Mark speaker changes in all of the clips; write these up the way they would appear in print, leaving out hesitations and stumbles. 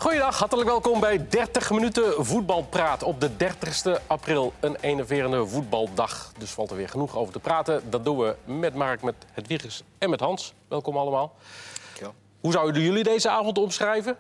Speaker 1: Goeiedag, hartelijk welkom bij 30 minuten voetbalpraat op de 30 april. Een enerverende voetbaldag. Dus valt er weer genoeg over te praten. Dat doen we met Mark, met Hedwiges en met Hans. Welkom allemaal.
Speaker 2: Dankjewel.
Speaker 1: Hoe zouden jullie deze avond omschrijven?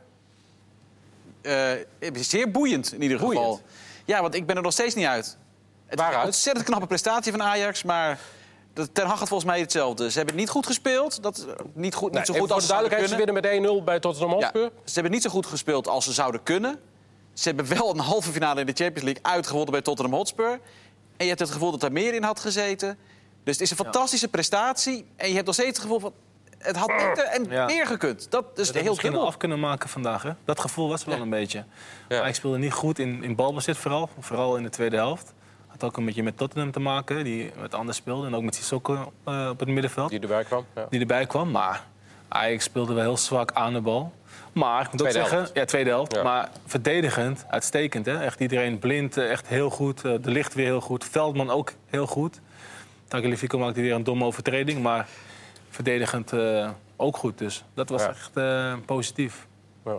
Speaker 2: Zeer boeiend in ieder geval. Ja, want ik ben er nog steeds niet uit. Het is een ontzettend knappe prestatie van Ajax, maar Ten Hag had volgens mij hetzelfde. Ze hebben het niet goed gespeeld. Niet zo goed als
Speaker 1: voor de duidelijkheid, ze winnen met 1-0 bij Tottenham Hotspur.
Speaker 2: Ja, ze hebben niet zo goed gespeeld als ze zouden kunnen. Ze hebben wel een halve finale in de Champions League uitgewonnen bij Tottenham Hotspur. En je hebt het gevoel dat er meer in had gezeten. Dus het is een fantastische prestatie. En je hebt nog steeds het gevoel van, het had beter en meer gekund. Dat is heel
Speaker 3: misschien
Speaker 2: dubbel.
Speaker 3: af kunnen maken vandaag. Hè? Dat gevoel was er wel een beetje.
Speaker 1: Ja.
Speaker 3: Hij speelde niet goed in balbezit vooral in de tweede helft. Had ook een beetje met Tottenham te maken, die wat anders speelde. En ook met Sissoko op het middenveld.
Speaker 1: Die erbij kwam. Ja.
Speaker 3: Die erbij kwam. Maar Ajax speelde wel heel zwak aan de bal. Maar ik moet ook zeggen, tweede helft. Ja. Maar verdedigend, uitstekend. Hè? Echt iedereen blind, echt heel goed. De Ligt weer heel goed. Veldman ook heel goed. Tagliafico maakte weer een domme overtreding. Maar verdedigend ook goed. Dus dat was echt positief.
Speaker 1: Ja.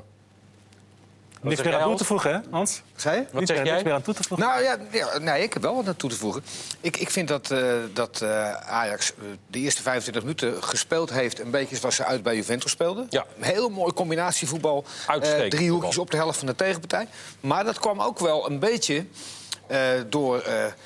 Speaker 3: Niks meer aan toe te voegen, hè, Hans?
Speaker 4: Zei je?
Speaker 1: Wat zeg jij?
Speaker 3: Niks meer aan toe te voegen.
Speaker 4: Nou nee, ik heb wel wat aan toe te voegen. Ik vind dat Ajax de eerste 25 minuten gespeeld heeft, een beetje zoals ze uit bij Juventus speelden.
Speaker 1: Ja.
Speaker 4: Een heel mooi combinatievoetbal.
Speaker 1: Uitstekend
Speaker 4: 3 hoekjes
Speaker 1: voetbal
Speaker 4: op de helft van de tegenpartij. Maar dat kwam ook wel een beetje door.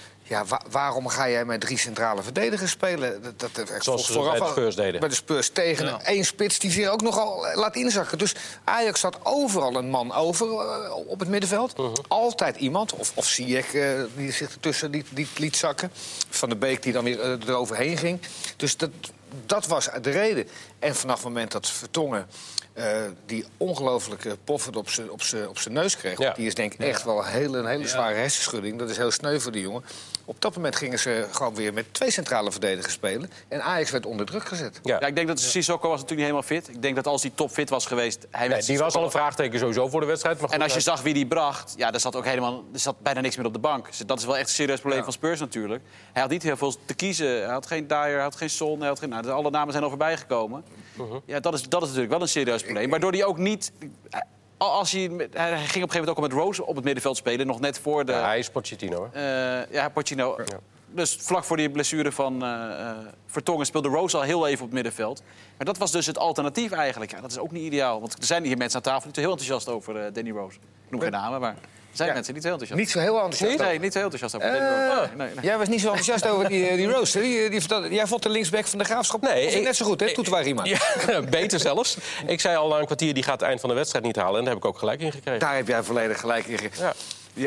Speaker 4: Waarom ga jij met 3 centrale verdedigers spelen?
Speaker 1: Zoals ze bij de Spurs deden.
Speaker 4: Bij de Spurs tegen één spits die zich ook nogal laat inzakken. Dus Ajax had overal een man over op het middenveld. Altijd iemand. Of Ziyech die zich ertussen liet zakken. Van de Beek die dan weer eroverheen ging. Dus dat was de reden. En vanaf het moment dat Vertongen die ongelooflijke poffert op zijn neus kreeg.
Speaker 1: Ja.
Speaker 4: Die is denk ik echt wel een hele zware hersenschudding. Dat is heel sneu voor die jongen. Op dat moment gingen ze gewoon weer met 2 centrale verdedigers spelen. En Ajax werd onder druk gezet.
Speaker 2: Ja, ik denk dat Sissoko was natuurlijk niet helemaal fit. Ik denk dat als hij topfit was geweest...
Speaker 1: Die was al een vraagteken sowieso voor de wedstrijd. Maar goed,
Speaker 2: en als je zag wie die bracht, er zat bijna niks meer op de bank. Dus dat is wel echt een serieus probleem van Spurs natuurlijk. Hij had niet heel veel te kiezen. Hij had geen Dyer, hij had geen Son. Hij had geen, alle namen zijn al voorbij gekomen. Ja, dat is natuurlijk wel een serieus probleem. Waardoor hij ook niet... Hij ging op een gegeven moment ook met Rose op het middenveld spelen. Nog net voor de...
Speaker 1: Ja, hij is Pochettino, hè?
Speaker 2: Pochettino. Ja. Dus vlak voor die blessure van Vertongen speelde Rose al heel even op het middenveld. Maar dat was dus het alternatief eigenlijk. Ja, dat is ook niet ideaal. Want er zijn hier mensen aan tafel die heel enthousiast over Danny Rose. Ik noem geen namen, maar... Er zijn mensen niet heel enthousiast.
Speaker 4: Niet zo heel enthousiast?
Speaker 2: Nee, niet heel enthousiast over Danny Rose. Nee.
Speaker 4: Jij was niet zo enthousiast over die Rose. Jij vond de linksback van de Graafschap net zo goed, hè? Toetewaarima.
Speaker 1: Ja, beter zelfs. Ik zei al na een kwartier, die gaat het eind van de wedstrijd niet halen. En daar heb ik ook gelijk in gekregen.
Speaker 4: Daar heb jij volledig gelijk in gekregen. Ja.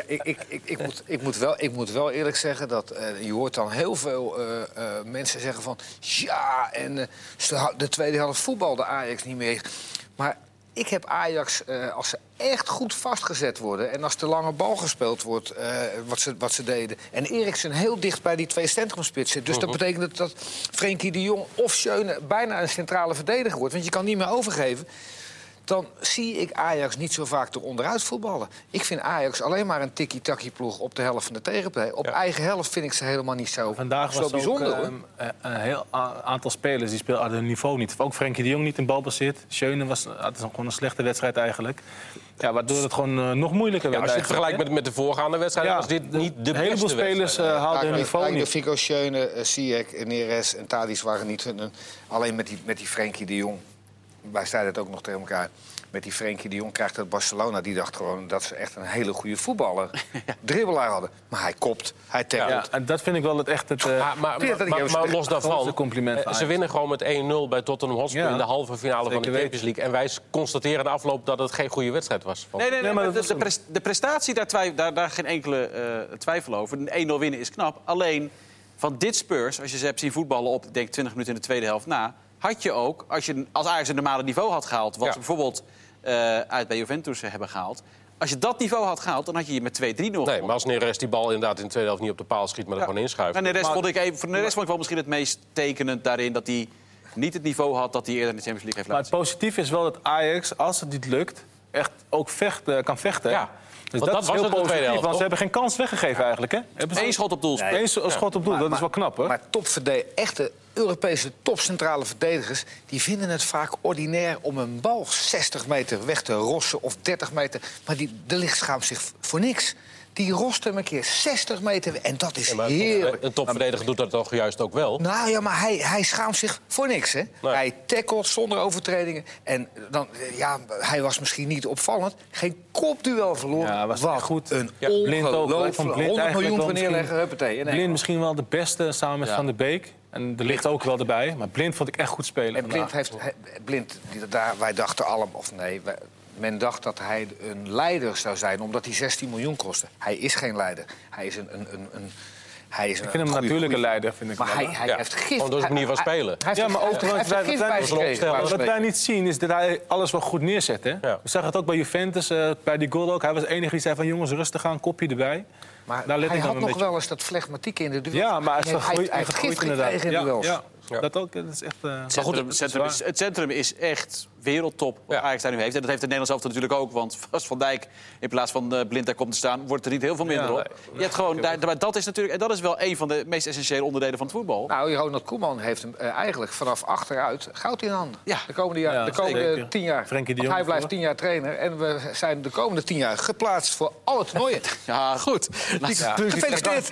Speaker 4: Ja, ik moet wel eerlijk zeggen dat je hoort dan heel veel mensen zeggen van... ja, en de tweede helft voetbalde Ajax niet meer. Maar ik heb Ajax, als ze echt goed vastgezet worden... en als de lange bal gespeeld wordt, wat ze deden... en Eriksen heel dicht bij die 2 centrumspitsen... dus dat betekent dat Frenkie de Jong of Schöne bijna een centrale verdediger wordt... want je kan niet meer overgeven... dan zie ik Ajax niet zo vaak eronderuit voetballen. Ik vind Ajax alleen maar een tikkie-takkie ploeg op de helft van de tegenpartij. Op eigen helft vind ik ze helemaal niet zo bijzonder.
Speaker 3: Vandaag was ook een heel aantal spelers die speelden hun niveau niet. Ook Frenkie de Jong niet in balbezit. Schöne had gewoon een slechte wedstrijd eigenlijk. Ja, waardoor het gewoon nog moeilijker werd.
Speaker 1: Als je het vergelijkt met de voorgaande wedstrijd, was dit niet de beste
Speaker 3: heleboel spelers haalden hun niveau niet.
Speaker 4: Fico, Schöne, Ziyech, Neres en Tadic waren niet... alleen met die Frenkie de Jong... wij zeiden het ook nog tegen elkaar... met die Frenkie de Jong krijgt uit Barcelona... die dacht gewoon dat ze echt een hele goede voetballer... dribbelaar hadden. Maar hij kopt, hij tackelt.
Speaker 3: Ja, en dat vind ik wel echt het...
Speaker 1: maar los daarvan,
Speaker 3: compliment
Speaker 1: ze winnen gewoon met 1-0 bij Tottenham Hotspur... in de halve finale van de Champions League. En wij constateren de afloop dat het geen goede wedstrijd was.
Speaker 2: Nee, maar de prestatie, daar geen enkele twijfel over. Een 1-0 winnen is knap. Alleen van dit Spurs, als je ze hebt zien voetballen op... denk 20 minuten in de tweede helft na... had je ook, als Ajax een normale niveau had gehaald... wat ze bijvoorbeeld uit bij Juventus hebben gehaald... als je dat niveau had gehaald, dan had je hier met 2-3-0 gewonnen.
Speaker 1: Nee, maar als Neres die bal inderdaad in de tweede helft niet op de paal schiet... maar er gewoon inschuift.
Speaker 2: Maar Neres vond ik wel misschien het meest tekenend daarin... dat hij niet het niveau had dat hij eerder in de Champions League heeft laten zien.
Speaker 3: Maar het positieve is wel dat Ajax, als het niet lukt... echt ook kan vechten.
Speaker 1: Ja.
Speaker 3: Dus
Speaker 1: dat
Speaker 3: dat
Speaker 1: was
Speaker 3: is heel
Speaker 1: het in de tweede
Speaker 3: positief,
Speaker 1: helft,
Speaker 3: want
Speaker 1: toch?
Speaker 3: ze hebben geen kans weggegeven eigenlijk. Hè?
Speaker 2: Eén schot op doel.
Speaker 3: Eén schot op doel, dat is wel knap hoor.
Speaker 4: Maar echte Europese topcentrale verdedigers... die vinden het vaak ordinair om een bal 60 meter weg te rossen of 30 meter. Maar de licht schaamt zich voor niks. Die rost hem een keer 60 meter weg. En dat is heerlijk.
Speaker 1: Een topverdediger doet dat toch juist ook wel?
Speaker 4: Nou ja, maar hij schaamt zich voor niks, hè?
Speaker 1: Nee.
Speaker 4: Hij tackelt zonder overtredingen. En dan, ja, hij was misschien niet opvallend. Geen kopduel verloren.
Speaker 3: Ja, was
Speaker 4: Wat
Speaker 3: goed.
Speaker 4: een
Speaker 3: Ja, Blind ook. Ik vond Blind
Speaker 4: 100 miljoen
Speaker 3: eigenlijk
Speaker 4: voor
Speaker 3: wel
Speaker 4: neerleggen, huppatee.
Speaker 3: Blind misschien wel de beste samen met Van der Beek. En de ligt ook wel erbij. Maar Blind vond ik echt goed spelen.
Speaker 4: En wij dachten allemaal... Of nee, men dacht dat hij een leider zou zijn, omdat hij 16 miljoen kostte. Hij is geen leider. Hij is ik
Speaker 3: vind hem een natuurlijke leider, vind ik.
Speaker 4: Maar hij heeft gif.
Speaker 1: Gewoon door zijn manier van spelen.
Speaker 3: Ja, maar ook wat wij niet zien is dat hij alles wel goed neerzet. Hè?
Speaker 1: Ja.
Speaker 3: We zagen het ook bij Juventus, bij die goal ook. Hij was de enige die zei van jongens, rustig aan, kopje erbij.
Speaker 4: Maar
Speaker 3: daar let
Speaker 4: hij
Speaker 3: ik dan
Speaker 4: had
Speaker 3: een
Speaker 4: nog
Speaker 3: beetje...
Speaker 4: wel eens dat flegmatieke in de duel.
Speaker 3: Ja, maar
Speaker 4: hij heeft gif gekregen in de duels.
Speaker 3: Ja. Dat ook, dat is echt...
Speaker 2: Het centrum is echt wereldtop wat Ajax daar nu heeft. En dat heeft de Nederlands elftal natuurlijk ook. Want als Van Dijk in plaats van Blind daar komt te staan... wordt er niet heel veel minder op. Je hebt gewoon, dat is natuurlijk, en dat is wel een van de meest essentiële onderdelen van het voetbal.
Speaker 4: Nou, Ronald Koeman heeft hem eigenlijk vanaf achteruit goud in handen.
Speaker 2: Ja.
Speaker 4: De komende 10 jaar.
Speaker 3: Frenkie de Jong
Speaker 4: Hij blijft 10 jaar trainer. En we zijn de komende 10 jaar geplaatst voor alle toernooien.
Speaker 2: Ja, goed.
Speaker 4: Gefeliciteerd.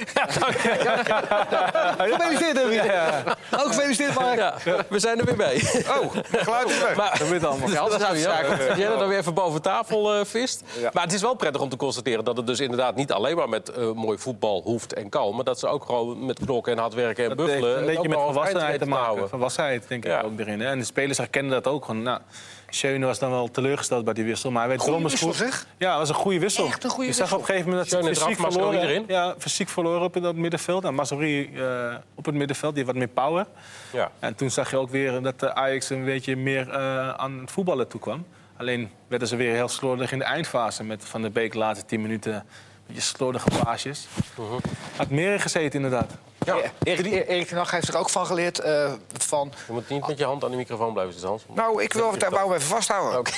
Speaker 4: Gefeliciteerd, David. Ook gefeliciteerd, Mark.
Speaker 1: Ja, we zijn er weer bij.
Speaker 4: Oh, geluid is weg.
Speaker 1: Maar,
Speaker 3: Dat weet allemaal.
Speaker 2: Ja, dat zou je
Speaker 1: jij er dan weer even boven tafel vist.
Speaker 4: Ja.
Speaker 1: Maar het is wel prettig om te constateren dat het dus inderdaad niet alleen maar met mooi voetbal hoeft en kan. Maar dat ze ook gewoon met knokken en hard werken en
Speaker 3: Dat heeft
Speaker 1: buffelen.
Speaker 3: een beetje met volwassenheid te maken.
Speaker 1: houden.
Speaker 3: Volwassenheid, denk ik,
Speaker 1: Ja.
Speaker 3: ook erin. Hè? En de spelers herkennen dat ook gewoon. Nou, Schöne was dan wel teleurgesteld bij die wissel. Maar hij weet
Speaker 4: Goeie
Speaker 3: drommels
Speaker 4: wissel,
Speaker 3: goed.
Speaker 4: zeg.
Speaker 3: Ja, dat was een goede wissel.
Speaker 4: Echt een goede
Speaker 3: Je zag op een gegeven moment dat
Speaker 1: Schöne
Speaker 3: ze fysiek
Speaker 1: eraf, Masraoui
Speaker 3: verloren.
Speaker 1: erin.
Speaker 3: Ja, fysiek verloren op het middenveld. En Masraoui op het middenveld, die had wat meer power.
Speaker 1: Ja.
Speaker 3: En toen zag je ook weer dat de Ajax een beetje meer aan het voetballen toe kwam. Alleen werden ze weer heel slordig in de eindfase met Van der Beek de laatste 10 minuten. Een beetje slordige paasjes. Had meer gezeten, inderdaad.
Speaker 1: Ja.
Speaker 4: Erik ten Hag heeft er ook van geleerd. Van,
Speaker 1: Je moet niet met je hand aan de microfoon blijven zitten, Hans.
Speaker 4: nou, ik wil het wou hem even vasthouden.
Speaker 1: Oké.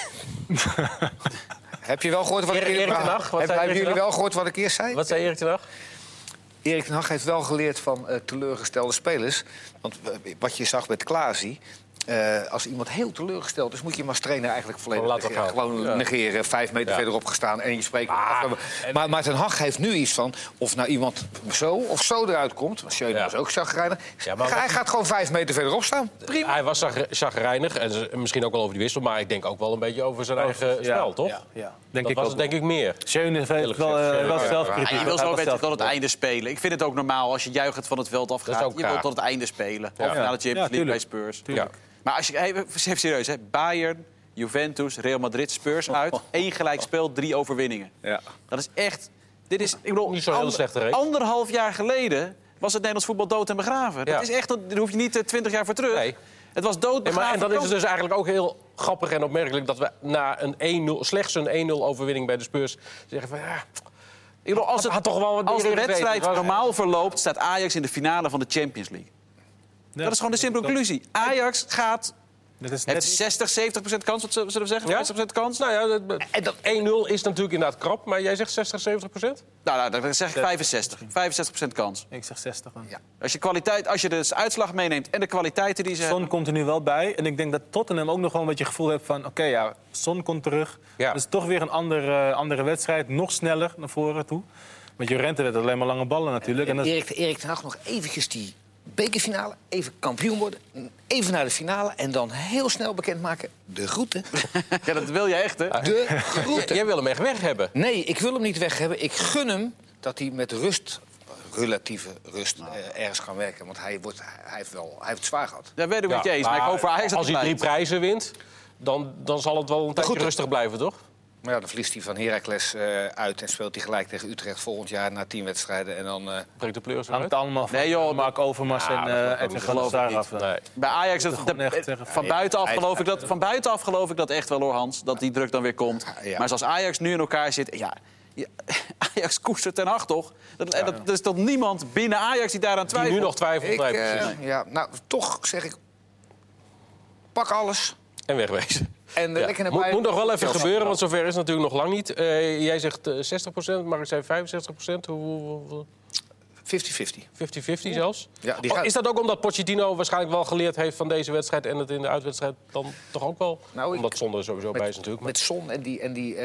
Speaker 4: Heb je wel gehoord wat ik
Speaker 1: Erik ten Hag, wat zei
Speaker 4: hebben
Speaker 1: Erik ten
Speaker 4: jullie
Speaker 1: Hag?
Speaker 4: wel gehoord wat ik eerst zei?
Speaker 1: Wat zei Erik ten Hag?
Speaker 4: Erik ten Hag heeft wel geleerd van teleurgestelde spelers. Want wat je zag met Klaasie... als iemand heel teleurgesteld is, moet je hem als trainer eigenlijk volledig
Speaker 1: Laten gaan.
Speaker 4: gewoon negeren. 5 meter verderop gestaan en je spreekt... Maar ten Hag heeft nu iets van... of nou iemand zo of zo eruit komt... want Schöne was ook chagrijnig.
Speaker 1: Ja, maar
Speaker 4: hij gaat gewoon 5 meter verderop staan. Prima.
Speaker 1: Hij was chagrijnig en misschien ook wel over die wissel. Maar ik denk ook wel een beetje over zijn eigen spel, toch?
Speaker 3: Ja.
Speaker 1: Dat was het denk ik meer.
Speaker 3: Schöne heeft wel zelfkritiek.
Speaker 2: Je wil zo tot het einde spelen. Ik vind het ook normaal als je juichend van het veld
Speaker 1: Dat is
Speaker 2: afgaat.
Speaker 1: ook
Speaker 2: Je wilt
Speaker 1: raar.
Speaker 2: tot het einde spelen. Of finale Champions League bij Spurs.
Speaker 1: Ja.
Speaker 2: Maar als je, even serieus, hè, Bayern, Juventus, Real Madrid, Spurs uit. 1 gelijkspel, 3 overwinningen.
Speaker 3: Ja.
Speaker 2: Dat is echt... Dit is, ik bedoel,
Speaker 1: Niet zo'n hele slechte reeks.
Speaker 2: 1,5 jaar geleden was het Nederlands voetbal dood en begraven.
Speaker 1: Ja.
Speaker 2: Dat is echt, daar hoef je niet 20 jaar voor terug.
Speaker 1: Nee.
Speaker 2: Het was dood, begraven.
Speaker 1: En dan is het dus eigenlijk ook heel grappig en opmerkelijk... dat we na een slechts een 1-0 overwinning bij de Spurs zeggen van... Ja, ik bedoel, als het had toch wel wat
Speaker 2: Als de
Speaker 1: meer
Speaker 2: wedstrijd
Speaker 1: geweten.
Speaker 2: normaal verloopt, staat Ajax in de finale van de Champions League. Dat is gewoon de simpele conclusie. Ajax gaat...
Speaker 3: Dat is
Speaker 2: heeft 60, 70% kans, wat zullen we zeggen?
Speaker 1: Ja?
Speaker 2: 50% kans?
Speaker 1: Nou ja, dat 1-0 is natuurlijk inderdaad krap, maar jij zegt 60, 70%?
Speaker 2: Nou, dan zeg ik 65. 65% kans.
Speaker 3: Ik zeg 60 dan.
Speaker 2: Als je de uitslag meeneemt en de kwaliteiten die ze hebben...
Speaker 3: Son komt er nu wel bij. En ik denk dat Tottenham ook nog wel een beetje het gevoel heeft van... oké, ja, Son komt terug.
Speaker 1: Ja.
Speaker 3: Dat is toch weer een andere wedstrijd. Nog sneller naar voren toe. Met Llorente werd het alleen maar lange ballen natuurlijk. En dat...
Speaker 4: Erik ten Hag nog eventjes die bekerfinale, even kampioen worden... even naar de finale en dan heel snel bekendmaken... de groeten.
Speaker 2: Ja, dat wil je echt, hè?
Speaker 4: De groeten.
Speaker 1: Jij wil hem echt weg hebben.
Speaker 4: Nee, ik wil hem niet weg hebben. Ik gun hem dat hij met rust, relatieve rust, ergens kan werken. Want hij heeft het zwaar gehad.
Speaker 2: Daar ben ik met je eens. Maar ik hoop voor Ajax dat
Speaker 1: als
Speaker 2: het
Speaker 1: hij 3
Speaker 2: blijft.
Speaker 1: prijzen wint, dan zal het wel een tijdje
Speaker 4: goed.
Speaker 1: rustig blijven, toch?
Speaker 4: Maar ja, dan verliest hij van Heracles uit... en speelt hij gelijk tegen Utrecht volgend jaar na 10 wedstrijden. En dan...
Speaker 1: Breekt de pleurs
Speaker 3: hangt
Speaker 1: uit.
Speaker 3: allemaal van
Speaker 2: Nee, joh,
Speaker 3: Mark Overmars
Speaker 1: Ja,
Speaker 3: en
Speaker 1: dat
Speaker 3: Edwin
Speaker 1: geloof
Speaker 3: van
Speaker 1: ik
Speaker 3: der Sar
Speaker 1: niet.
Speaker 3: af.
Speaker 1: Nee.
Speaker 2: Bij Ajax,
Speaker 3: gewoon echt zeggen.
Speaker 2: van buitenaf geloof ik dat echt wel, hoor, Hans. Dat die druk dan weer komt.
Speaker 4: Ja.
Speaker 2: Maar zoals Ajax nu in elkaar zit... Ja, Ajax koestert ten Hag, toch? Er is toch niemand binnen Ajax die daaraan
Speaker 1: Die
Speaker 2: twijfelt?
Speaker 1: nu nog twijfelt. Nee, precies.
Speaker 4: toch zeg ik... Pak alles.
Speaker 1: En wegwezen.
Speaker 4: En lekker naar buiten.
Speaker 1: Moet nog wel even gebeuren, want zover is het natuurlijk nog lang niet. Jij zegt 60%, maar ik zei 65%. Hoe?
Speaker 4: 50-50.
Speaker 1: 50-50 zelfs?
Speaker 4: Ja, die gaat...
Speaker 1: Is dat ook omdat Pochettino waarscheinlijk wel geleerd heeft van deze wedstrijd... en het in de uitwedstrijd dan toch ook wel? Omdat Son er sowieso bij is natuurlijk.
Speaker 4: Met Son en die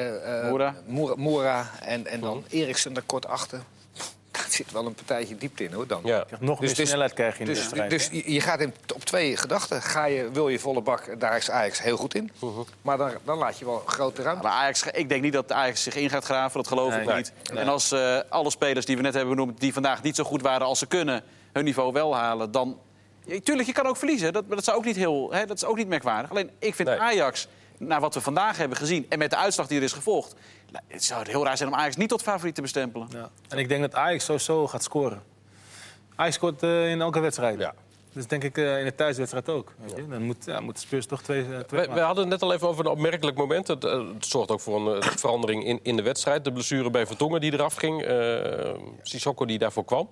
Speaker 2: Moura
Speaker 4: en dan Eriksen er kort achter. Daar zit wel een partijtje diepte in, hoor. Dan.
Speaker 1: Ja.
Speaker 3: Nog meer snelheid krijg je in de wedstrijd.
Speaker 4: Dus je gaat op twee gedachten. Wil je volle bak, daar is Ajax heel goed in. Maar dan laat je wel grote ruimte.
Speaker 2: Maar Ajax, ik denk niet dat Ajax zich in gaat graven, dat geloof ik niet. Nee. En als alle spelers die we net hebben benoemd... die vandaag niet zo goed waren als ze kunnen... hun niveau wel halen, dan... Tuurlijk, je kan ook verliezen. Dat is ook niet dat is ook niet merkwaardig. Alleen, ik vind Ajax, na wat we vandaag hebben gezien... en met de uitslag die er is gevolgd... het zou heel raar zijn om Ajax niet tot favoriet te bestempelen.
Speaker 3: Ja. En ik denk dat Ajax sowieso gaat scoren. Ajax scoort in elke wedstrijd. Ja. Dus denk ik in de thuiswedstrijd ook. Weet je? Dan moet Spurs toch twee
Speaker 1: we hadden het net al even over een opmerkelijk moment. Het zorgt ook voor een verandering in de wedstrijd. De blessure bij Vertongen die eraf ging. Sissoko die daarvoor kwam.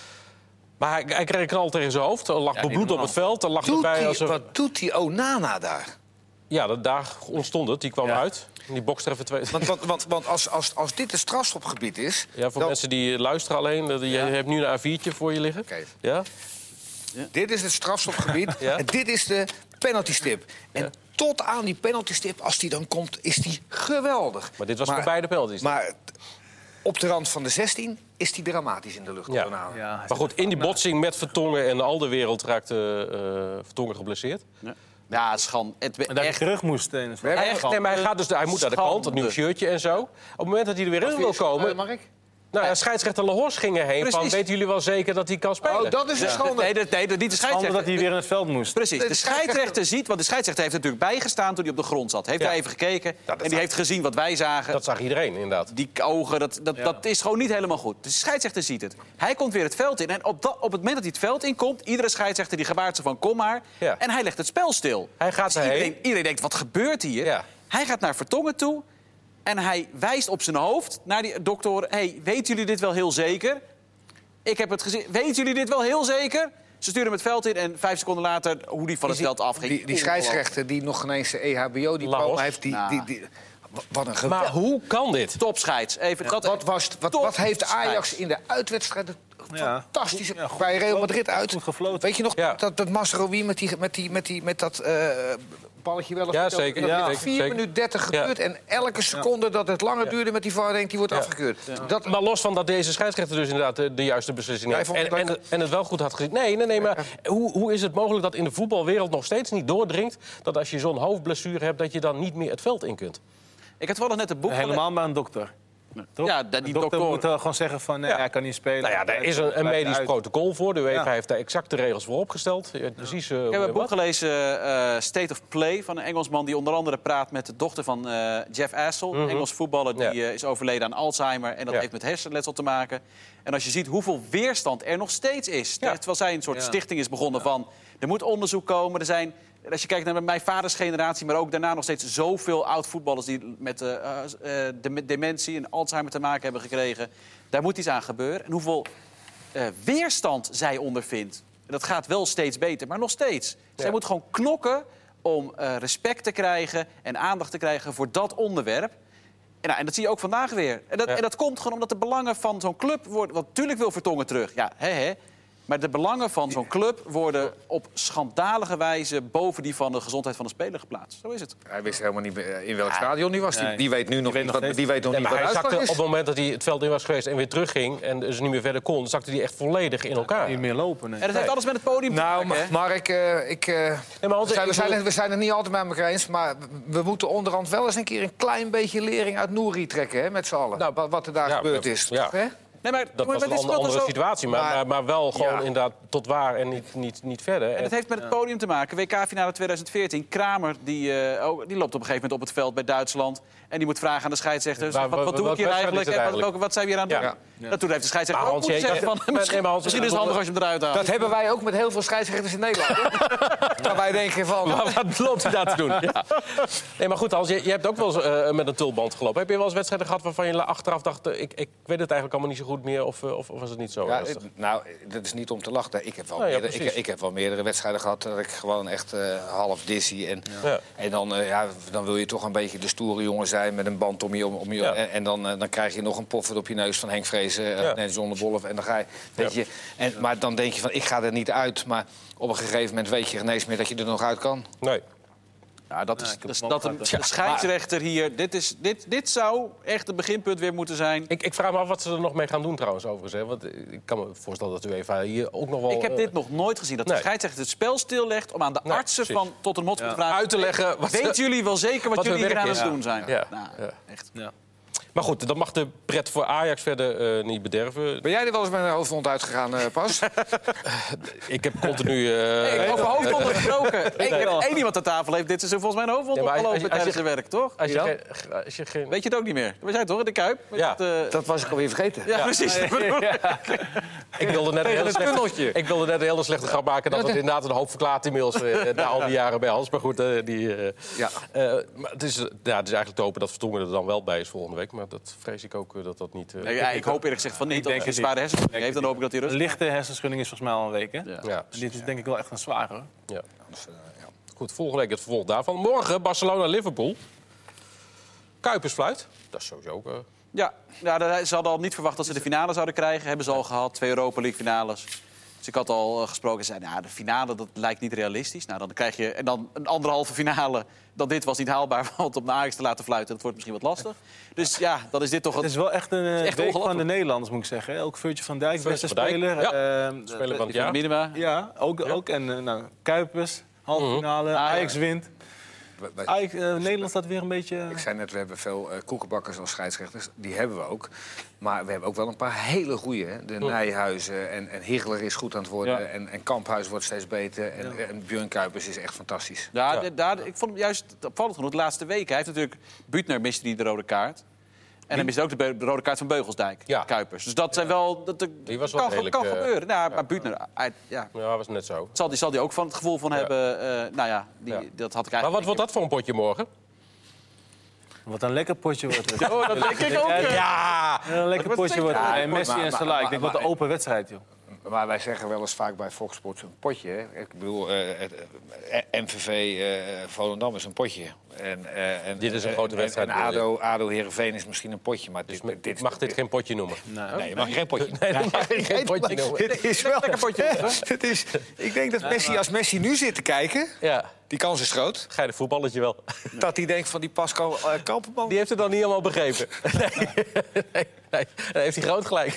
Speaker 1: Maar hij kreeg een knal tegen zijn hoofd. Er lag bloed op het veld. Er lag
Speaker 4: Wat doet die Onana daar?
Speaker 1: Ja, daar ontstond het. Die kwam uit. Die bokste even twee...
Speaker 4: Want als dit een strafschopgebied is...
Speaker 1: Ja, voor mensen die luisteren alleen. Je hebt nu een A4'tje voor je liggen.
Speaker 4: Okay.
Speaker 1: Ja?
Speaker 4: Ja. Dit is het strafschopgebied en dit is de penaltystip. En tot aan die penaltystip, als die dan komt, is die geweldig.
Speaker 1: Maar dit was voor beide penalties.
Speaker 4: Maar op de rand van de 16 is die dramatisch in de lucht.
Speaker 1: Ja. Maar goed, in die botsing met Vertongen en al de wereld raakte Vertongen geblesseerd.
Speaker 2: Ja, schande.
Speaker 3: En dat hij terug moest.
Speaker 1: Maar hij moet naar de kant, dat nieuw shirtje en zo. Op het moment dat hij er weer in wil komen... scheidsrechter Lahors ging erheen van... weten jullie wel zeker dat hij kan spelen?
Speaker 4: Oh, dat is een schande.
Speaker 2: Nee, niet de scheidsrechter.
Speaker 3: dat hij weer in het veld moest.
Speaker 2: Precies, de scheidsrechter ziet... want de scheidsrechter heeft natuurlijk bijgestaan toen hij op de grond zat. Heeft hij even gekeken en die heeft gezien wat wij zagen.
Speaker 1: Dat zag iedereen, inderdaad.
Speaker 2: Die ogen, dat is gewoon niet helemaal goed. Dus de scheidsrechter ziet het. Hij komt weer het veld in. En op het moment dat hij het veld inkomt... iedere scheidsrechter die gebaart ze van kom maar. Ja. En hij legt het spel stil.
Speaker 1: Hij gaat
Speaker 2: dus iedereen denkt, wat gebeurt hier? Ja. Hij gaat naar Vertongen toe... En hij wijst op zijn hoofd naar die dokter... Hey, weten jullie dit wel heel zeker? Ik heb het gezien. Weten jullie dit wel heel zeker? Ze sturen hem het veld in en 5 seconden later... hoe die van het veld afging.
Speaker 4: Die scheidsrechter die nog ineens de EHBO-diploma heeft... Wat een geweld.
Speaker 1: Maar hoe kan dit?
Speaker 2: Topscheids.
Speaker 4: Wat heeft Ajax in de uitwedstrijd... Fantastisch. Bij Real Madrid uit. Weet je nog dat Masraoui met dat... balletje wel
Speaker 1: ja, zeker.
Speaker 4: Dat 4 minuten 30 gebeurt. En elke seconde dat het langer duurde met die VAR, die wordt afgekeurd. Ja.
Speaker 1: Maar los van dat deze scheidsrechter dus inderdaad de juiste beslissing heeft. En het wel goed had gezien. Nee, maar hoe is het mogelijk dat in de voetbalwereld nog steeds niet doordringt... dat als je zo'n hoofdblessure hebt, dat je dan niet meer het veld in kunt?
Speaker 2: Ik had wel net een boek...
Speaker 3: Helemaal bij een dokter. Toch?
Speaker 2: Ja, die dokter
Speaker 3: moet wel gewoon zeggen van hij kan niet spelen.
Speaker 1: Nou ja, daar is een medisch protocol voor. De UEFA heeft daar exacte regels voor opgesteld. Precies,
Speaker 2: ik heb een boek gelezen, State of Play, van een Engelsman... die onder andere praat met de dochter van Jeff Assel. Een Engels voetballer die is overleden aan Alzheimer. En dat heeft met hersenletsel te maken. En als je ziet hoeveel weerstand er nog steeds is... terwijl zij een soort stichting is begonnen van... er moet onderzoek komen, er zijn... Als je kijkt naar mijn vaders generatie, maar ook daarna nog steeds zoveel oud-voetballers... die met dementie en Alzheimer te maken hebben gekregen. Daar moet iets aan gebeuren. En hoeveel weerstand zij ondervindt. En dat gaat wel steeds beter, maar nog steeds. Zij moet gewoon knokken om respect te krijgen en aandacht te krijgen voor dat onderwerp. En dat zie je ook vandaag weer. En dat komt gewoon omdat de belangen van zo'n club worden... Want natuurlijk wil Vertongen terug. Ja, Maar de belangen van zo'n club worden op schandalige wijze... boven die van de gezondheid van de speler geplaatst. Zo is het.
Speaker 4: Hij wist helemaal niet in welk stadion hij was. Die weet nu nog niet wat
Speaker 1: hij zakte op het moment dat hij het veld in was geweest... en weer terugging en dus niet meer verder kon... zakte hij echt volledig in elkaar.
Speaker 3: Niet meer lopen. Nee.
Speaker 2: En dat heeft alles met het podium te maken.
Speaker 4: Nou, Mark, we zijn het niet altijd met elkaar eens... maar we moeten onderhand wel eens een keer een klein beetje lering uit Nouri trekken... Hè, met z'n allen, wat er daar gebeurd is.
Speaker 1: Ja. Nee, maar dat was een andere situatie, maar wel gewoon inderdaad tot waar en niet verder.
Speaker 2: En het heeft met het podium te maken. WK-finale 2014, Kramer die loopt op een gegeven moment op het veld bij Duitsland... en die moet vragen aan de scheidsrechters, wat doe ik hier eigenlijk? Wat zijn we hier aan het doen? Toen heeft de scheidsrechter ook moeten zeggen van... Misschien is het handig als je hem eruit haalt.
Speaker 4: Dat hebben wij ook met heel veel scheidsrechters in Nederland. Dat wij denken van...
Speaker 1: Wat loopt hij daar te doen? Nee, maar goed, Hans, je hebt ook wel eens met een tulband gelopen. Heb je wel eens wedstrijden gehad waarvan je achteraf dacht... ik weet het eigenlijk allemaal niet zo goed? goed meer? Of was het niet zo?
Speaker 4: Ja, dat is niet om te lachen. Ik heb wel meerdere wedstrijden gehad dat ik gewoon echt half dizzy. En dan wil je toch een beetje de stoere jongen zijn met een band om je. En dan krijg je nog een poffert op je neus van Henk Vrezen en John de Wolf. En dan ga je, weet je. Maar dan denk je van, ik ga er niet uit. Maar op een gegeven moment weet je ineens meer dat je er nog uit kan.
Speaker 1: Nee.
Speaker 2: Ja, dat de scheidsrechter hier... Dit zou echt het beginpunt weer moeten zijn.
Speaker 1: Ik vraag me af wat ze er nog mee gaan doen trouwens, overigens. Hè? Want ik kan me voorstellen dat UEFA hier ook nog wel...
Speaker 2: Ik heb dit nog nooit gezien. Dat de scheidsrechter het spel stillegt om aan de artsen van Tottenham Hotspur te vragen...
Speaker 1: uit te leggen...
Speaker 2: Weten jullie wel zeker wat jullie hier aan het doen zijn?
Speaker 1: Ja.
Speaker 2: Echt.
Speaker 1: Ja. Maar goed, dat mag de pret voor Ajax verder niet bederven.
Speaker 4: Ben jij er wel eens met een hoofdwond uitgegaan, Pas?
Speaker 1: Ik heb continu...
Speaker 2: over hoofdwonden gesproken. Ik heb één iemand aan tafel heeft dit seizoen volgens mij een hoofdwond opgelopen tijdens zijn werk, toch?
Speaker 1: Als je geen...
Speaker 2: Weet je het ook niet meer? Was jij toch in de Kuip?
Speaker 1: Ja.
Speaker 4: Dat was ik alweer vergeten.
Speaker 2: Ja, precies.
Speaker 1: Ik wilde net een hele slechte grap maken... dat het inderdaad een hoop verklaart inmiddels na al die jaren bij Hans. Maar goed, maar het is eigenlijk te hopen dat Vertongen er dan wel bij is volgende week. Maar dat vrees ik ook dat niet...
Speaker 2: ik hoop eerlijk gezegd van niet. Dat hij een zware hersenschudding heeft, dan hoop ik dat hij rust...
Speaker 3: Een lichte hersenschudding is volgens mij al een week, hè?
Speaker 1: Ja.
Speaker 3: Dit is denk ik wel echt een zware, hoor.
Speaker 1: Ja. Goed, volgende week het vervolg daarvan. Morgen Barcelona-Liverpool. Kuipersfluit. Dat is sowieso ook...
Speaker 2: Ja, ze hadden al niet verwacht dat ze de finale zouden krijgen. Hebben ze al gehad, 2 Europa League finales. Dus ik had al gesproken, zei, de finale dat lijkt niet realistisch. Nou, dan krijg je en dan een anderhalve finale. Dan dit was niet haalbaar, want op de Ajax te laten fluiten, dat wordt misschien wat lastig. Dus ja, dan is dit toch...
Speaker 3: Het is wel echt een week van de Nederlanders, moet ik zeggen. Ook Virgil van Dijk, beste speler.
Speaker 1: Speler van het jaar.
Speaker 2: Minima.
Speaker 3: Ja, ook. En Kuipers, halve finale, Ajax wint. Nederland staat weer een beetje...
Speaker 4: Ik zei net, we hebben veel koekenbakkers als scheidsrechters. Die hebben we ook. Maar we hebben ook wel een paar hele goeie. Hè? De Nijhuizen en Higler is goed aan het worden. Ja. En Kamphuis wordt steeds beter. En Björn Kuipers is echt fantastisch.
Speaker 2: Ja. Ik vond hem juist opvallend genoeg de laatste weken. Hij heeft natuurlijk... Buutner miste die de rode kaart. En hij miste ook de rode kaart van Beugelsdijk, Kuipers. Dus dat zijn wel...
Speaker 1: Die was wel redelijk,
Speaker 2: kan gebeuren. Maar Buutner...
Speaker 1: was net zo.
Speaker 2: Zal die ook van het gevoel van hebben... dat had ik eigenlijk...
Speaker 1: Maar wat wordt dat voor een potje morgen?
Speaker 3: Wat een lekker potje wordt het.
Speaker 2: Dat denk ik ook.
Speaker 3: Ja! Een lekker potje wordt het. Messi en Salah. Ik denk, wat een open wedstrijd, joh.
Speaker 4: Maar wij zeggen wel eens vaak bij Fox Sports een potje. Hè? Ik bedoel, MVV Volendam is een potje.
Speaker 1: Dit is een grote wedstrijd.
Speaker 4: En ADO Heerenveen is misschien een potje. Maar
Speaker 1: mag dit geen potje noemen?
Speaker 4: Nee, je mag geen potje.
Speaker 1: Geen potje noemen.
Speaker 4: Het is wel een potje. Ik denk dat Messi, als Messi nu zit te kijken... Die kans is groot.
Speaker 1: Ga je de voetballetje wel.
Speaker 4: Dat hij denkt van die Pascal Kampenman.
Speaker 1: Die heeft het dan niet helemaal begrepen. Nee, dan heeft hij groot gelijk.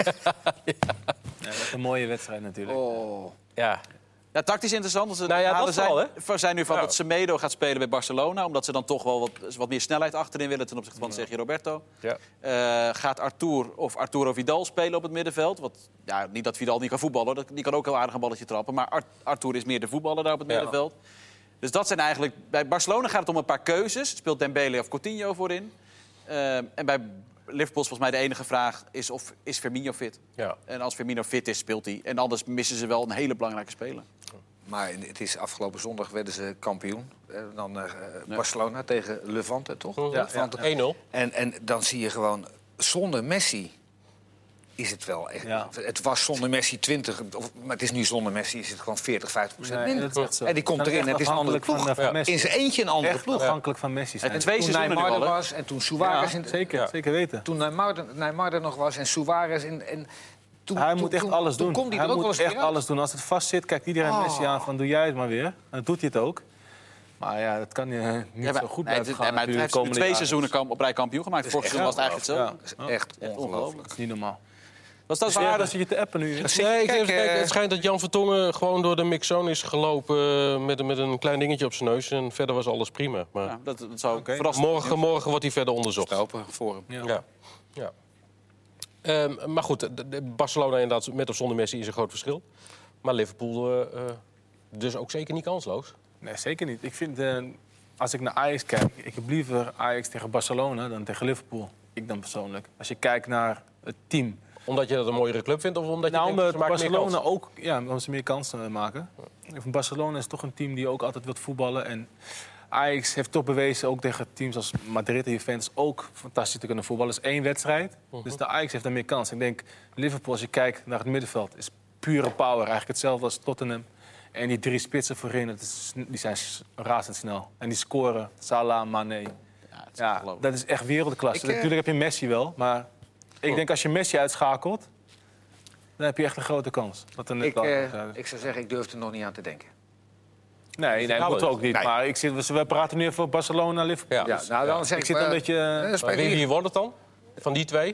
Speaker 3: Ja, dat is een mooie wedstrijd natuurlijk.
Speaker 2: Oh.
Speaker 1: Ja.
Speaker 2: Ja, tactisch interessant.
Speaker 1: Dat
Speaker 2: zijn nu van dat Semedo gaat spelen bij Barcelona. Omdat ze dan toch wel wat meer snelheid achterin willen ten opzichte van Sergio Roberto. Ja. Gaat Arturo Vidal spelen op het middenveld. Niet dat Vidal niet kan voetballen. Die kan ook heel aardig een balletje trappen. Maar Arturo is meer de voetballer daar op het middenveld. Dus dat zijn eigenlijk... Bij Barcelona gaat het om een paar keuzes. Speelt Dembele of Coutinho voorin. En bij Liverpool is volgens mij de enige vraag is Firmino fit? Ja. En als Firmino fit is, speelt hij. En anders missen ze wel een hele belangrijke speler.
Speaker 4: Maar het is afgelopen zondag werden ze kampioen. Barcelona tegen Levante, toch?
Speaker 1: Ja, 1-0.
Speaker 4: En dan zie je gewoon, zonder Messi is het wel echt... Ja. Het was zonder Messi 20, maar het is nu zonder Messi is het gewoon 40-50% minder. En die komt erin en het is een andere ploeg. In zijn eentje een andere ploeg.
Speaker 3: Afhankelijk van Messi.
Speaker 2: En 2 seizoenen
Speaker 4: nu al, was en toen Suarez...
Speaker 3: Zeker weten.
Speaker 4: Toen Neymar er nog was en Suarez...
Speaker 3: Hij moet echt alles doen.
Speaker 4: Hij moet echt
Speaker 3: alles doen. Als het vast zit, kijkt iedereen Messi aan van doe jij het maar weer. En dan doet hij het ook. Maar ja, dat kan je niet zo goed blijven gaan.
Speaker 2: Hij heeft 2 seizoenen op rij kampioen gemaakt. Vorig seizoen was het eigenlijk zo.
Speaker 4: Dat is echt ongelooflijk.
Speaker 3: Dat is niet normaal.
Speaker 2: Was dat waar?
Speaker 3: Dat je te appen nu.
Speaker 1: Het schijnt dat Jan Vertongen gewoon door de mixzone is gelopen met een klein dingetje op zijn neus. En verder was alles prima. Maar
Speaker 2: dat zou verrassen.
Speaker 1: Morgen wordt hij verder onderzocht.
Speaker 4: Open voor hem.
Speaker 1: Ja. Maar goed, Barcelona inderdaad met of zonder Messi is een groot verschil. Maar Liverpool dus ook zeker niet kansloos.
Speaker 3: Nee, zeker niet. Ik vind, als ik naar Ajax kijk... Ik heb liever Ajax tegen Barcelona dan tegen Liverpool. Ik dan persoonlijk. Als je kijkt naar het team...
Speaker 1: Omdat je dat een mooiere club vindt? Of omdat je denkt,
Speaker 3: omdat
Speaker 1: ze maken
Speaker 3: Barcelona
Speaker 1: meer kans?
Speaker 3: ook... Ja, omdat ze meer kansen maken. Barcelona is toch een team die ook altijd wil voetballen. En Ajax heeft toch bewezen, ook tegen teams als Madrid en Juventus, ook fantastisch te kunnen voetballen. Het is 1 wedstrijd, dus de Ajax heeft daar meer kans. Ik denk, Liverpool, als je kijkt naar het middenveld, is pure power. Eigenlijk hetzelfde als Tottenham. En die 3 spitsen voorin, die zijn razendsnel. En die scoren, Salah, Mané. Ja, dat is echt wereldklasse. Natuurlijk heb je Messi wel, maar ik denk als je Messi uitschakelt, dan heb je echt een grote kans.
Speaker 4: Ik zou zeggen, ik durf er nog niet aan te denken.
Speaker 3: Nee, dat moeten we ook niet. Nee. Maar we praten nu even over Barcelona, Liverpool.
Speaker 4: Ja, nou, dan zeg
Speaker 3: ik zit een beetje...
Speaker 1: Wie wordt het dan? Van die 2?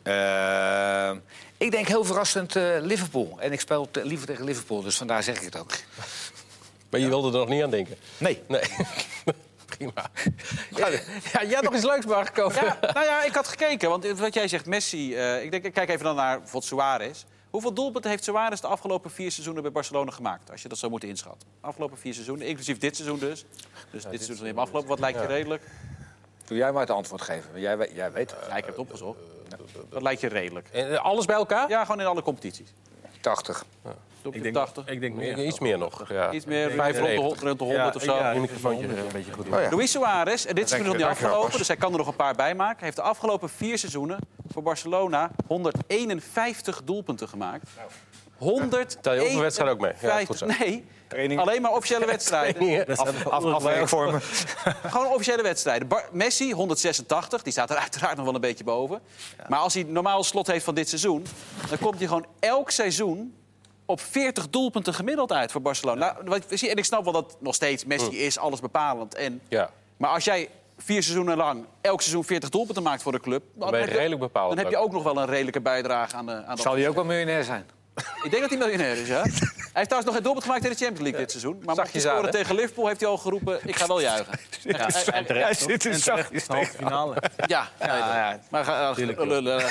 Speaker 4: Ik denk heel verrassend Liverpool. En ik speel liever tegen Liverpool, dus vandaar zeg ik het ook.
Speaker 1: Maar je wilde er nog niet aan denken?
Speaker 4: Nee.
Speaker 1: Prima. Ja, jij had nog iets leuks gekomen.
Speaker 2: Ja, nou ja, ik had gekeken. Want wat jij zegt, Messi... ik kijk even dan naar bijvoorbeeld Suarez. Hoeveel doelpunten heeft Suarez de afgelopen 4 seizoenen bij Barcelona gemaakt? Als je dat zou moeten inschatten. Afgelopen 4 seizoenen, inclusief dit seizoen dus. Dus dit seizoen heeft afgelopen. Wat lijkt je redelijk?
Speaker 4: Doe jij maar het antwoord geven. Jij weet het.
Speaker 2: Ja, ik heb het opgezocht. Wat lijkt je redelijk?
Speaker 1: En alles bij elkaar?
Speaker 2: Ja, gewoon in alle competities.
Speaker 4: 80.
Speaker 2: Ja.
Speaker 3: Ik denk
Speaker 2: 80.
Speaker 3: Ik denk meer.
Speaker 1: Iets meer nog. Ja.
Speaker 2: Iets meer, 5 rond de 100 of zo.
Speaker 3: Ja,
Speaker 1: Een microfoontje een beetje goed doen.
Speaker 2: Luis Suarez, en dit is nog niet afgelopen, dus hij kan er nog een paar bij maken. Heeft de afgelopen 4 seizoenen voor Barcelona 151 doelpunten gemaakt. 100.
Speaker 1: Tel je over wedstrijden ook mee? Ja, goed zo.
Speaker 2: Nee, alleen maar officiële wedstrijden.
Speaker 4: Afwerkvormen.
Speaker 2: Gewoon officiële wedstrijden. Messi, 186, die staat er uiteraard nog wel een beetje boven. Ja. Maar als hij normaal slot heeft van dit seizoen, dan komt hij gewoon elk seizoen op 40 doelpunten gemiddeld uit voor Barcelona. Nou, en ik snap wel dat nog steeds Messi is alles bepalend. Maar als jij 4 seizoenen lang elk seizoen 40 doelpunten maakt voor de club,
Speaker 1: dan heb
Speaker 2: je ook nog wel een redelijke bijdrage aan de
Speaker 4: Zal hij ook wel miljonair zijn?
Speaker 2: Ik denk dat hij miljonair is, ja. Hij heeft trouwens nog geen doelpunt gemaakt in de Champions League dit seizoen. Maar mocht hij scoren tegen Liverpool, heeft hij al geroepen, ik ga wel juichen.
Speaker 3: Hij zit in de halve finale.
Speaker 2: Ja. Maar ga lullen.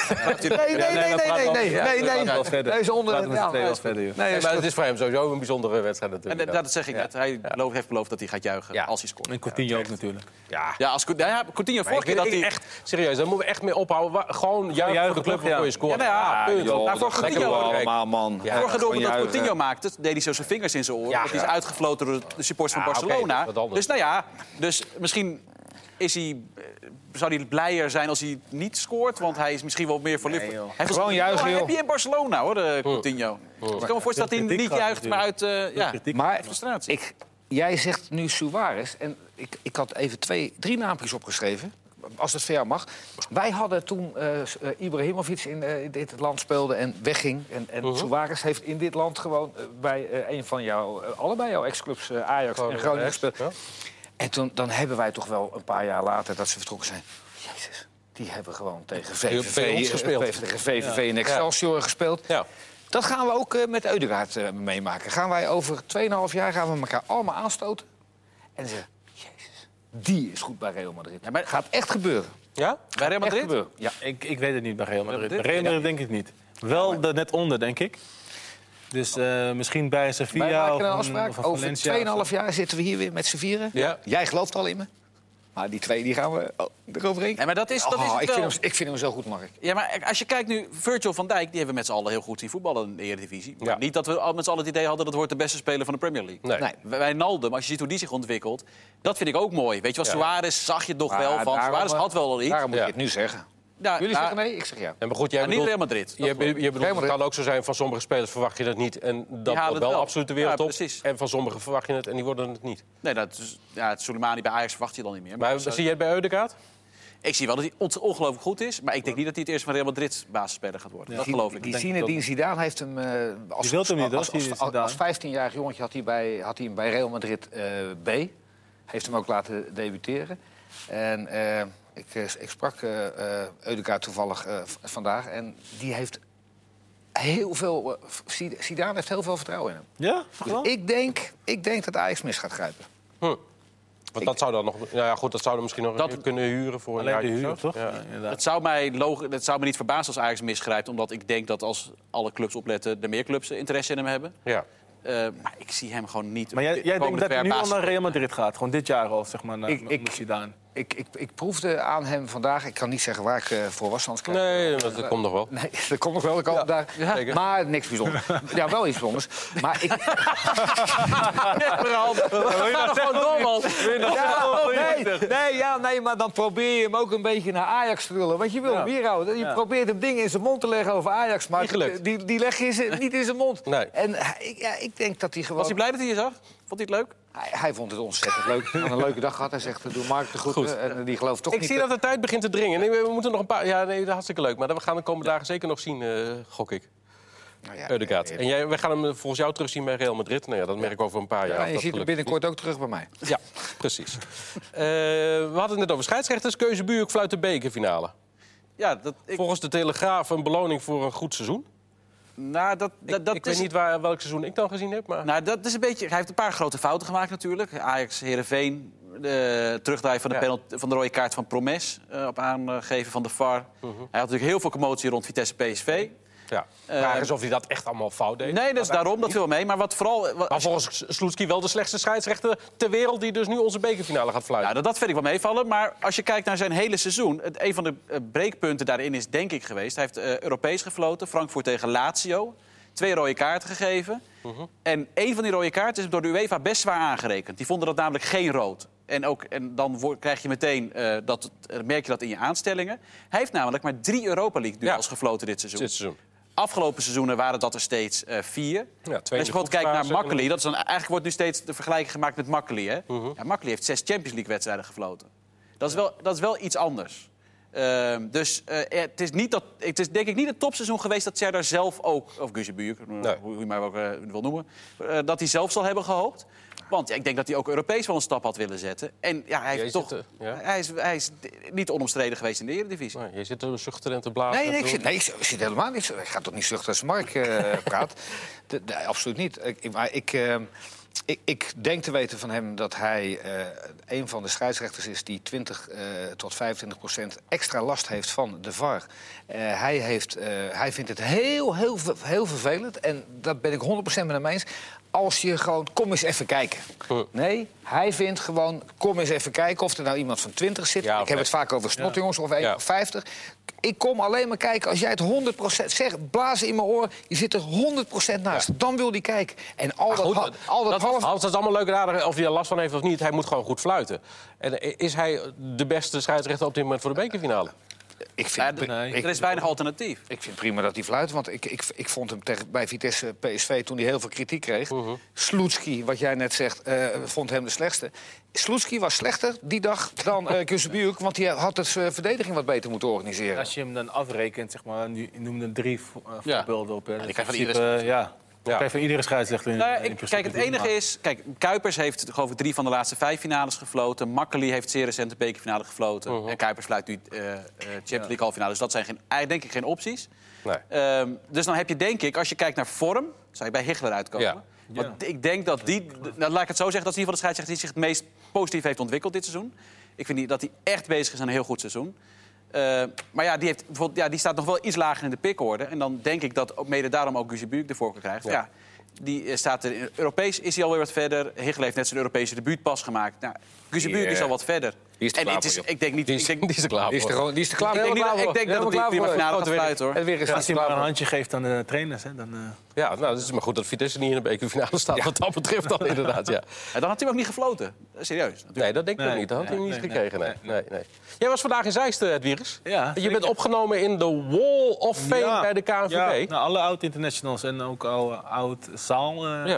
Speaker 4: Nee, is onder.
Speaker 1: Maar het is voor hem sowieso een bijzondere wedstrijd natuurlijk.
Speaker 2: En dat zeg ik net. Hij heeft beloofd dat hij gaat juichen als hij scoort.
Speaker 3: En Coutinho ook natuurlijk.
Speaker 2: Ja, als Coutinho vorige keer dat hij...
Speaker 1: Echt, serieus, daar moeten we echt mee ophouden. Gewoon juichen voor de club waarvoor je scoort.
Speaker 2: Voor Coutinho
Speaker 4: allemaal, man.
Speaker 2: Vorige doelpunt dat Coutinho maakte, deed hij zo zijn vingers in zijn oren. Want hij is uitgefloten door de supporters van Barcelona. Dus misschien zou hij blijer zijn als hij niet scoort. Want hij is misschien wel meer voor Liverpool.
Speaker 4: Gewoon juichen, joh.
Speaker 2: Heb je in Barcelona, hoor, Coutinho. Dus ik kan me voorstellen dat hij niet juicht, maar uit frustratie.
Speaker 4: Jij zegt nu Suarez. En ik had even 3 naampjes opgeschreven. Als het voor jou mag. Wij hadden toen Ibrahimovic in dit land speelde en wegging. En Suarez heeft in dit land gewoon bij een van allebei jouw ex-clubs, Ajax en Groningen gespeeld. Ja. En dan hebben wij toch wel een paar jaar later dat ze vertrokken zijn. Jezus, die hebben gewoon tegen VVV en Excelsior gespeeld. Ja. Dat gaan we ook met Ødegaard meemaken. Gaan wij over 2,5 jaar gaan we elkaar allemaal aanstoten. En zeggen, jezus, die is goed bij Real Madrid. Ja, maar het gaat echt gebeuren.
Speaker 2: Ja? Bij Real Madrid?
Speaker 3: Ja, ik weet het niet bij Real Madrid. Bij Real Madrid denk ik niet. Wel net onder, denk ik. Dus misschien bij Sevilla
Speaker 4: wij maken een
Speaker 3: of
Speaker 4: afspraak. Over 2,5 jaar zitten we hier weer met z'n vieren. Ja. Jij gelooft al in me. Maar die 2 die gaan we eroverheen.
Speaker 2: Ja, maar dat is het wel.
Speaker 4: Ik vind hem zo goed, Mark.
Speaker 2: Ja, maar als je kijkt nu, Virgil van Dijk, die hebben we met z'n allen heel goed zien voetballen in de Eredivisie. Ja. Niet dat we met z'n allen het idee hadden dat wordt de beste speler van de Premier League. Nee. Wijnaldum, als je ziet hoe die zich ontwikkelt, dat vind ik ook mooi. Weet je wel, Suarez zag je toch wel van. Suarez had wel iets.
Speaker 4: Daarom moet je het nu zeggen. Jullie zeggen nee, ik zeg ja.
Speaker 1: En maar goed, jij
Speaker 2: niet Real Madrid.
Speaker 1: Je bedoelt, het kan ook zo zijn, van sommige spelers verwacht je dat niet. En dat wordt wel absoluut de wereldtop. En van sommigen verwacht je het en die worden het niet.
Speaker 2: Nee, het Soleimani bij Ajax verwacht je dan niet meer.
Speaker 1: Maar zie je het bij Ødegaard?
Speaker 2: Ik zie wel dat hij ongelooflijk goed is. Maar ik denk niet dat hij het eerst van Real Madrid basisspeler gaat worden. Dat geloof ik.
Speaker 4: Die Zinedine Zidane heeft hem als 15-jarig jongetje had hij hem bij Real Madrid B. Heeft hem ook laten debuteren. En ik sprak Ødegaard toevallig vandaag. En die heeft heel veel... Zidane heeft heel veel vertrouwen in hem.
Speaker 3: Ja?
Speaker 4: Dus ik denk dat Ajax mis gaat grijpen.
Speaker 1: Want dat zou dan nog... Ja, goed, dat zouden misschien nog kunnen huren voor
Speaker 3: alleen de huur, toch?
Speaker 2: Ja. Het zou me niet verbazen als Ajax misgrijpt. Omdat ik denk dat als alle clubs opletten, er meer clubs interesse in hem hebben. Ja. Maar ik zie hem gewoon niet...
Speaker 3: Maar jij denkt dat hij nu al naar Real Madrid gaat? Gewoon dit jaar al, zeg maar, naar Zidane?
Speaker 4: Ik proefde aan hem vandaag... Ik kan niet zeggen waar ik voor was, anders
Speaker 1: Nee, dat komt nog wel.
Speaker 4: Nee, dat komt nog wel. Ik hoop daar.
Speaker 1: zeker.
Speaker 4: Maar niks bijzonders. Ja, wel iets bijzonders. Maar ik... Nee, maar dan probeer je hem ook een beetje naar Ajax te lullen. Want je wil hem hier houden. Je probeert hem dingen in zijn mond te leggen over Ajax. Maar die leg je niet in zijn mond.
Speaker 1: Nee.
Speaker 4: En ik denk dat hij gewoon...
Speaker 2: Was hij blij dat hij je zag? Vond hij het leuk?
Speaker 4: Hij vond het ontzettend leuk. Hij had een leuke dag gehad. Hij zegt, doe Mark de goed. En die gelooft toch
Speaker 1: Ik
Speaker 4: niet...
Speaker 1: zie dat de tijd begint te dringen. Nee, we moeten nog een paar... Ja, nee, dat is hartstikke leuk. Maar we gaan de komende dagen zeker nog zien, gok ik.
Speaker 4: Nou ja,
Speaker 1: Eudegaard. En we gaan hem volgens jou terugzien bij Real Madrid. Nou ja, dat merk ik over een paar jaar.
Speaker 4: Ja, en je ziet hem binnenkort ook terug bij mij.
Speaker 1: Ja, precies. We hadden het net over scheidsrechters. Keuzebuurk fluit de bekerfinale.
Speaker 2: Ja,
Speaker 1: Volgens de Telegraaf een beloning voor een goed seizoen.
Speaker 2: Nou,
Speaker 1: Ik weet niet welk seizoen ik dan gezien heb. Maar...
Speaker 2: Nou, dat is een beetje... Hij heeft een paar grote fouten gemaakt natuurlijk. Ajax, Heerenveen, terugdraaien van van de rode kaart van Promes... op aangeven van de VAR. Hij had natuurlijk heel veel commotie rond Vitesse PSV.
Speaker 1: Ja. Vraag is of hij dat echt allemaal fout deed.
Speaker 2: Nee, dus daarom, dat viel mee. Maar wat vooral...
Speaker 1: Maar volgens Sloetski wel de slechtste scheidsrechter ter wereld... die dus nu onze bekerfinale gaat fluiten.
Speaker 2: Ja, dat vind ik wel meevallen. Maar als je kijkt naar zijn hele seizoen... Een van de breekpunten daarin is denk ik geweest... Hij heeft Europees gefloten, Frankfurt tegen Lazio. 2 rode kaarten gegeven. En 1 van die rode kaarten is door de UEFA best zwaar aangerekend. Die vonden dat namelijk geen rood. En dan krijg je meteen, merk je dat in je aanstellingen. Hij heeft namelijk maar 3 Europa League duels gefloten dit seizoen. Afgelopen seizoenen waren dat er steeds 4.
Speaker 1: Ja,
Speaker 2: als je bijvoorbeeld kijkt naar Makkely... Eigenlijk wordt nu steeds de vergelijking gemaakt met Makkely. Hè? Ja, Makkely heeft 6 Champions League-wedstrijden gefloten. Dat is wel iets anders. Het is denk ik niet het topseizoen geweest... dat Serdar zelf ook, of Guzebuurk, hoe je mij ook wil noemen... dat hij zelf zal hebben gehoopt. Want ik denk dat hij ook Europees wel een stap had willen zetten. En ja, hij is niet onomstreden geweest in de Eredivisie.
Speaker 1: Je zit er zuchten en te blazen.
Speaker 4: Nee, ik zit helemaal niet. Ik ga toch niet zuchten als Mark praat. Nee, absoluut niet. Ik denk te weten van hem dat hij een van de scheidsrechters is... die 20 tot 25% extra last heeft van de VAR. Hij vindt het heel vervelend. En dat ben ik 100% met hem eens. Als je gewoon, kom eens even kijken. Nee, hij vindt gewoon, kom eens even kijken of er nou iemand van 20 zit. Ik heb het vaak over snotjongens of 50. Ik kom alleen maar kijken als jij het 100% zegt, blazen in mijn oor. Je zit er 100% naast. Ja. Dan wil hij kijken. En
Speaker 1: dat is allemaal leuk en aardig of hij er last van heeft of niet. Hij moet gewoon goed fluiten. En is hij de beste scheidsrechter op dit moment voor de bekerfinale?
Speaker 2: Er is weinig alternatief.
Speaker 4: Ik vind prima dat hij fluit, want ik vond hem bij Vitesse PSV... toen hij heel veel kritiek kreeg. Sloetski, wat jij net zegt, vond hem de slechtste. Sloetski was slechter die dag dan Guzebuurk... want hij had de verdediging wat beter moeten organiseren.
Speaker 3: Als je hem dan afrekent, zeg maar, nu noemde 3 voorbeelden op.
Speaker 2: Die krijg van iedereen.
Speaker 3: Kijk, van iedere scheidsrechter
Speaker 2: kijk, het enige is... Kijk, Kuipers heeft geloof ik 3 van de laatste 5 finales gefloten. Makkely heeft zeer recent de bekerfinale gefloten. En Kuipers fluit nu Champions League halffinale. Dus dat zijn denk ik geen opties. Nee. Dus dan heb je denk ik, als je kijkt naar vorm... zou je bij Hichler uitkomen. Ja. Want ik denk dat laat ik het zo zeggen... dat is in ieder geval de scheidsrechter die zich het meest positief heeft ontwikkeld dit seizoen. Ik vind dat hij echt bezig is aan een heel goed seizoen. Maar ja, die staat nog wel iets lager in de pickorde. En dan denk ik dat mede daarom ook Guzebuurk de voorkeur krijgt. Ja. Die staat er, Europees is hij alweer wat verder. Hichler heeft net zijn Europese debuut pas gemaakt. Nou, Guzebuurk is al wat verder.
Speaker 4: Die is
Speaker 1: er klaar voor.
Speaker 4: Die is er klaar voor.
Speaker 2: Ik denk dat hij prima finale gaat fluiten, hoor.
Speaker 3: Als hij maar een handje geeft aan de trainers, hè, dan...
Speaker 1: Ja, nou, dat is maar goed dat Vitesse niet in de bekerfinale staat. Wat dat betreft dan inderdaad, ja.
Speaker 2: Dan had hij ook niet gefloten. Serieus. Natuurlijk.
Speaker 1: Nee, dat denk ik ook niet. Dat had hij niet gekregen. Nee. Jij was vandaag in Zeist, Edwiges. Ja, je bent opgenomen in de Wall of Fame bij de KNVB.
Speaker 3: Ja, nou, alle oud-internationals en ook al oud-zaal.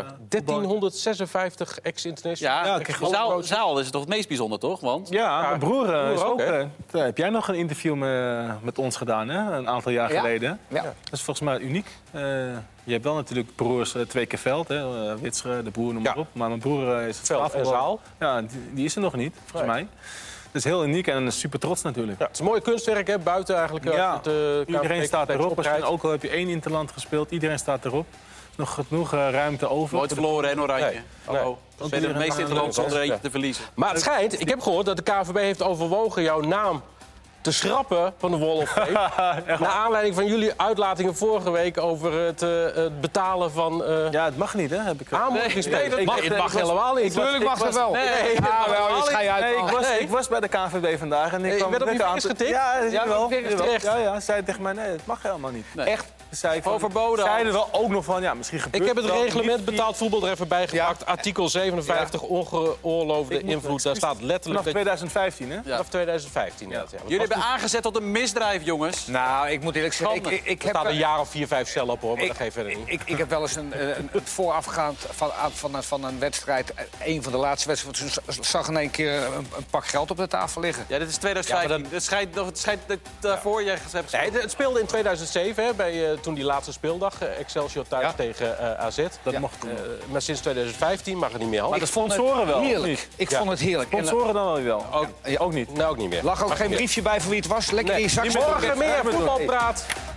Speaker 1: 1356 ex-internationals.
Speaker 2: Ja, zaal is toch het meest bijzonder, toch? Want...
Speaker 3: Ja, mijn broer is ook... heb jij nog een interview met ons gedaan, hè? Een aantal jaar geleden. Ja. Dat is volgens mij uniek. Je hebt wel natuurlijk broers 2 keer Veld, hè? Witsche, de broer, noem maar op. Maar mijn broer is het
Speaker 1: Veld en Zaal.
Speaker 3: Ja, die is er nog niet, volgens mij. Dat is heel uniek en super trots natuurlijk.
Speaker 1: Ja, het is een mooi kunstwerk, hè? Buiten eigenlijk.
Speaker 3: Ja, iedereen staat erop. Ook al heb je 1 interland gespeeld, iedereen staat erop. Nog genoeg ruimte over.
Speaker 2: Nooit verloren, hè, Oranje? Hallo. We zijn het meest interland zonder eentje te verliezen.
Speaker 1: Maar het schijnt, ik heb gehoord dat de KNVB heeft overwogen jouw naam te schrappen van de Wall of Fame. Naar aanleiding van jullie uitlatingen vorige week over het betalen van
Speaker 3: Ja, het mag niet, hè? Heb ik
Speaker 1: aanmoedigingsspelers. Het mag helemaal niet.
Speaker 4: Tuurlijk mag dat wel.
Speaker 1: Nee,
Speaker 3: ik was bij de KNVB vandaag en ik kwam
Speaker 1: werd op je vingers getikt?
Speaker 3: Ja, wel.
Speaker 1: terecht.
Speaker 3: Ja, zei tegen mij, nee, het mag helemaal niet.
Speaker 2: Nee.
Speaker 3: Echt? Zei ik van,
Speaker 2: Overbodig.
Speaker 3: zeiden wel ook nog van, ja, misschien gebeurt
Speaker 1: Ik heb het
Speaker 3: wel
Speaker 1: reglement
Speaker 3: niet.
Speaker 1: betaald voetbal er even bij gepakt. Artikel 57, ongeoorloofde invloed. Daar staat letterlijk...
Speaker 3: Vanaf 2015, hè?
Speaker 1: Vanaf 2015, ja.
Speaker 2: Jullie hebben aangezet tot een misdrijf, jongens.
Speaker 4: Nou, ik moet eerlijk zeggen,
Speaker 2: Schande.
Speaker 4: ik
Speaker 1: Er
Speaker 4: heb...
Speaker 1: staat een jaar of 4, 5 cel op, hoor. Maar dat geeft verder niet.
Speaker 4: Ik heb wel eens het voorafgaand van een wedstrijd... een van de laatste wedstrijden... zag in één keer een pak geld op de tafel liggen.
Speaker 2: Ja, dit is 2015.
Speaker 1: Ja, maar
Speaker 2: Het schijnt dat daarvoor jij hebt gezegd.
Speaker 1: Nee, het speelde in 2007, hè, toen die laatste speeldag. Excelsior thuis tegen AZ.
Speaker 3: Dat mocht toen.
Speaker 1: Maar sinds 2015 mag het niet meer.
Speaker 3: Maar de sponsoren wel, of
Speaker 4: Heerlijk.
Speaker 3: niet?
Speaker 4: Ik vond het heerlijk.
Speaker 3: Sponsoren dan wel? Ook niet.
Speaker 1: Nou, ook niet meer.
Speaker 4: Er lag ook geen briefje bij van wie het was. Lekker in je zak.
Speaker 1: Morgen meer voetbalpraat.